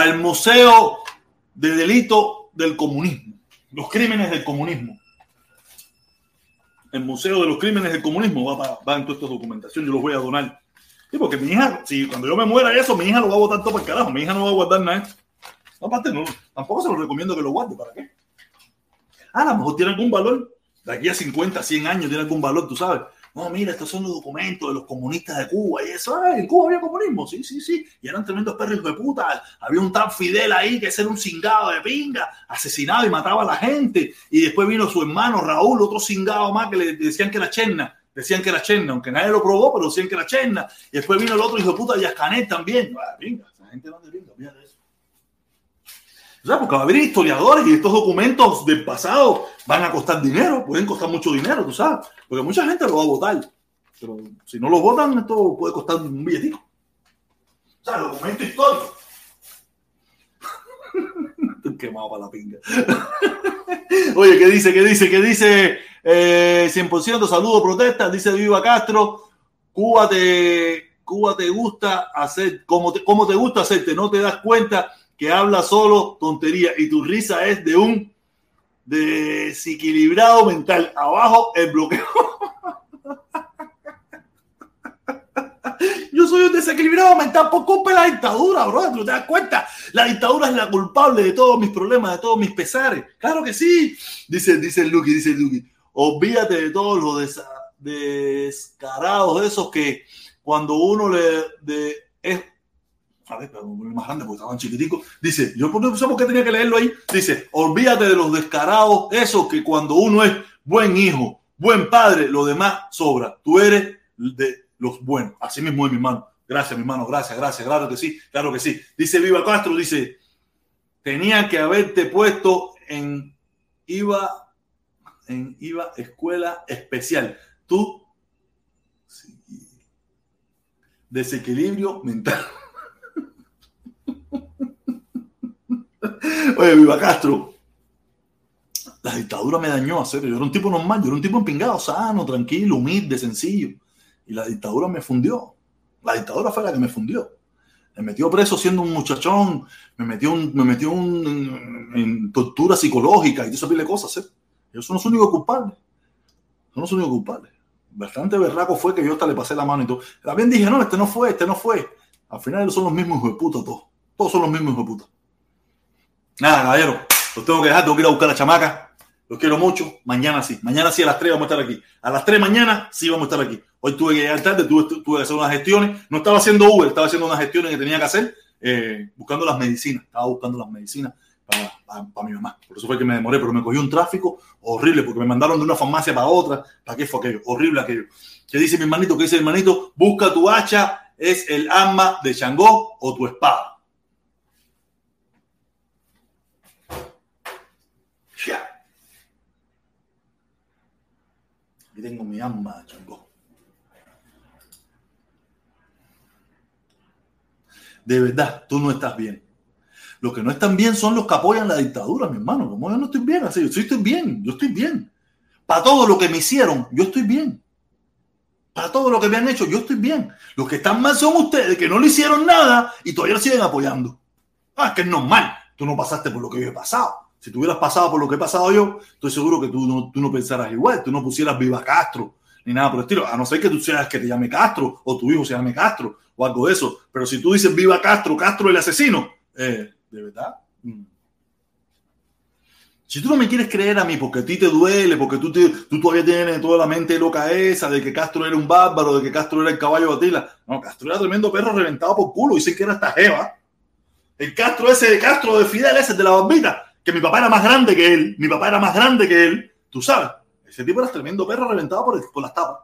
de delito del comunismo. Los crímenes del comunismo. El museo de los crímenes del comunismo va en toda esta documentación. Yo los voy a donar. Sí, porque mi hija, si cuando yo me muera eso, mi hija lo va a botar todo para el carajo. Mi hija no va a guardar nada. Aparte, no, tampoco se lo recomiendo que lo guarde. ¿Para qué? A lo mejor tiene algún valor. De aquí a 50, 100 años tiene algún valor, tú sabes. No, mira, estos son los documentos de los comunistas de Cuba y eso. En Cuba había comunismo, sí. Y eran tremendos perros de puta. Había un tal Fidel ahí que era un cingado de pinga, asesinado y mataba a la gente. Y después vino su hermano Raúl, otro cingado más que le decían que era Cherna. Aunque nadie lo probó, pero decían que era Cherna. Y después vino el otro hijo de puta, Yascanet también. Pinga, esa gente no es de pinga, mira eso. O sea, porque va a haber historiadores y estos documentos del pasado van a costar dinero, pueden costar mucho dinero, tú sabes, porque mucha gente lo va a votar, pero si no lo votan, esto puede costar un billetico. O sea, documento histórico. Estoy quemado para la pinga. Oye, ¿qué dice? 100% saludo, protesta, dice Viva Castro. Cuba te gusta hacer, como te gusta hacerte, no te das cuenta que habla solo tontería y tu risa es de un desequilibrado mental. Abajo el bloqueo. Yo soy un desequilibrado mental por culpa de la dictadura, bro. ¿No te das cuenta? La dictadura es la culpable de todos mis problemas, de todos mis pesares. Claro que sí. Dice Lucky. Olvídate de todos los descarados esos que cuando uno a ver, pero más grande porque estaban chiquiticos. Dice, yo no sé por qué tenía que leerlo ahí. Dice, olvídate de los descarados, esos que cuando uno es buen hijo, buen padre, lo demás sobra. Tú eres de los buenos. Así mismo es, mi hermano. Gracias, mi hermano. Gracias. Claro que sí. Dice Viva Castro, dice, tenía que haberte puesto en IVA escuela especial. Tú, sí, desequilibrio mental. Oye, Viva Castro, la dictadura me dañó, a serio. Yo era un tipo normal, yo era un tipo empingado, sano, tranquilo, humilde, sencillo. Y la dictadura me fundió. La dictadura fue la que me fundió. Me metió preso siendo un muchachón, me metió en tortura psicológica y todo eso de cosas. Ellos son los únicos culpables. Son los únicos culpables. Bastante berraco fue que yo hasta le pasé la mano y todo. También dije, no, este no fue. Al final ellos son los mismos hijos de puta todos. Todos son los mismos hijos de puta. Nada, caballero. Los tengo que dejar, tengo que ir a buscar a la chamaca. Los quiero mucho. Mañana sí a las 3 vamos a estar aquí. A las 3 mañana sí vamos a estar aquí. Hoy tuve que llegar tarde, tuve que hacer unas gestiones. No estaba haciendo Uber, estaba haciendo unas gestiones que tenía que hacer, buscando las medicinas. Estaba buscando las medicinas para mi mamá. Por eso fue que me demoré, pero me cogí un tráfico horrible porque me mandaron de una farmacia para otra. ¿Para qué fue aquello? Horrible aquello. ¿Qué dice mi hermanito? ¿Qué dice mi hermanito? Busca tu hacha, es el arma de Changó o tu espada. Ya. Aquí tengo mi arma de Changó. De verdad, tú no estás bien. Los que no están bien son los que apoyan la dictadura, mi hermano. Como yo no estoy bien, así, yo estoy bien. Para todo lo que me hicieron, yo estoy bien. Para todo lo que me han hecho, yo estoy bien. Los que están mal son ustedes, que no le hicieron nada y todavía lo siguen apoyando. Es que es normal. Tú no pasaste por lo que yo he pasado. Si tú hubieras pasado por lo que he pasado yo, estoy seguro que tú no pensaras igual. Tú no pusieras Viva Castro ni nada por el estilo. A no ser que tú seas que te llame Castro o tu hijo se llame Castro o algo de eso. Pero si tú dices Viva Castro, Castro el asesino, de verdad. Si tú no me quieres creer a mí porque a ti te duele, porque tú todavía tienes toda la mente loca esa de que Castro era un bárbaro, de que Castro era el caballo de Atila. No, Castro era tremendo perro reventado por culo. Dicen que era hasta jeva. El Castro ese de Castro de Fidel, ese de la barbita, que mi papá era más grande que él. Tú sabes. Ese tipo era tremendo perro reventado por las tapas.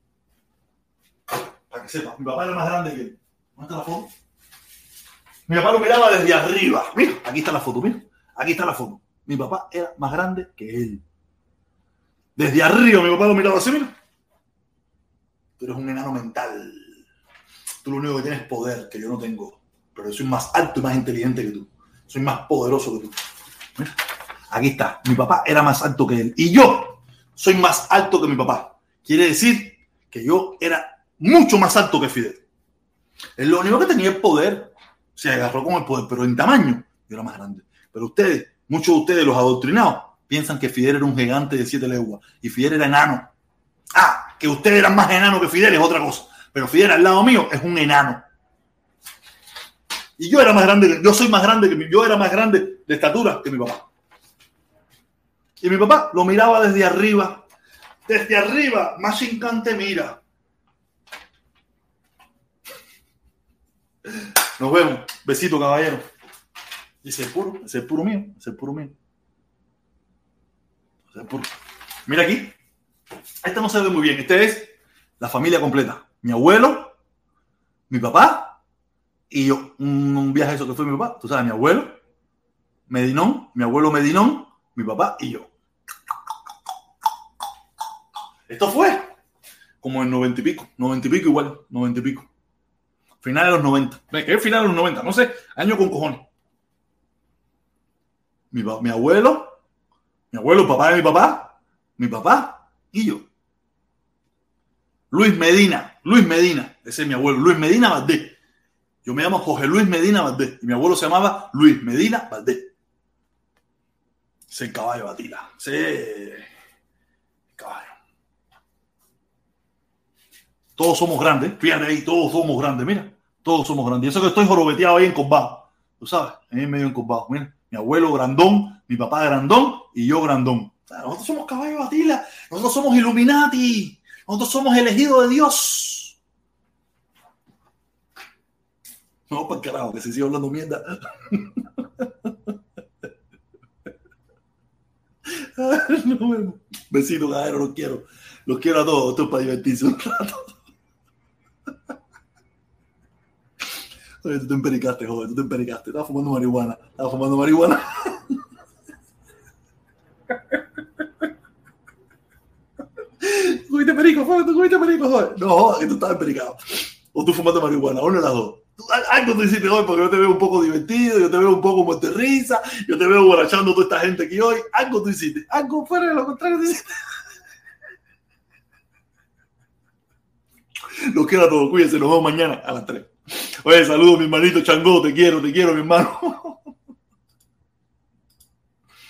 Para que sepas, mi papá era más grande que él. ¿Dónde está la foto? Mi papá lo miraba desde arriba. Mira, aquí está la foto, mira. Aquí está la foto. Mi papá era más grande que él. Desde arriba mi papá lo miraba así, mira. Tú eres un enano mental. Tú lo único que tienes es poder, que yo no tengo. Pero yo soy más alto y más inteligente que tú. Soy más poderoso que tú. Mira, aquí está. Mi papá era más alto que él. Y yo soy más alto que mi papá. Quiere decir que yo era mucho más alto que Fidel. Él lo único que tenía el poder. Se agarró con el poder, pero en tamaño yo era más grande. Pero ustedes, muchos de ustedes, los adoctrinados, piensan que Fidel era un gigante de 7 leguas y Fidel era enano. Ah, que ustedes eran más enanos que Fidel es otra cosa. Pero Fidel al lado mío es un enano. Y yo era más grande, yo era más grande de estatura que mi papá. Y mi papá lo miraba desde arriba. Desde arriba, más encante mira. Nos vemos. Besito, caballero. Ese es puro mío. Ese es puro. Mira aquí. Este no se ve muy bien. Este es la familia completa. Mi abuelo, mi papá y yo. Un viaje eso que fue mi papá. Tú sabes, mi abuelo, Medinón, mi papá y yo. Esto fue como en 90 y pico igual, 90 y pico. Final de los 90. ¿Qué es final de los 90? No sé, año con cojones. Mi abuelo, papá de mi papá y yo. Luis Medina, ese es mi abuelo, Luis Medina Valdés. Yo me llamo Jorge Luis Medina Valdés y mi abuelo se llamaba Luis Medina Valdés. Ese es el caballo de Atila, ese caballo. Todos somos grandes, fíjate ahí, todos somos grandes, mira, todos somos grandes. Y eso que estoy jorobeteado ahí en Combado, tú sabes, ahí en medio en Combado, mira, mi abuelo grandón, mi papá grandón y yo grandón. O sea, nosotros somos caballos de Atila, nosotros somos Illuminati, nosotros somos elegidos de Dios. No, para el carajo, que se sigue hablando mierda. No, besito, caballero, los quiero a todos, esto es para divertirse un rato. Oye, tú te empericaste, joven, estabas fumando marihuana. Tú comiste perico, joven. No, joder, que tú estabas empericado. O tú fumando marihuana, uno de las dos. Algo tú hiciste hoy porque yo te veo un poco divertido, yo te veo un poco muerto de risa, yo te veo borrachando a toda esta gente aquí hoy. Algo tú hiciste, algo fuera de lo contrario tú hiciste. Los quiero a todos. Cuídense. Nos vemos mañana a las 3. Oye, saludos, mi hermanito Changó. Te quiero, mi hermano.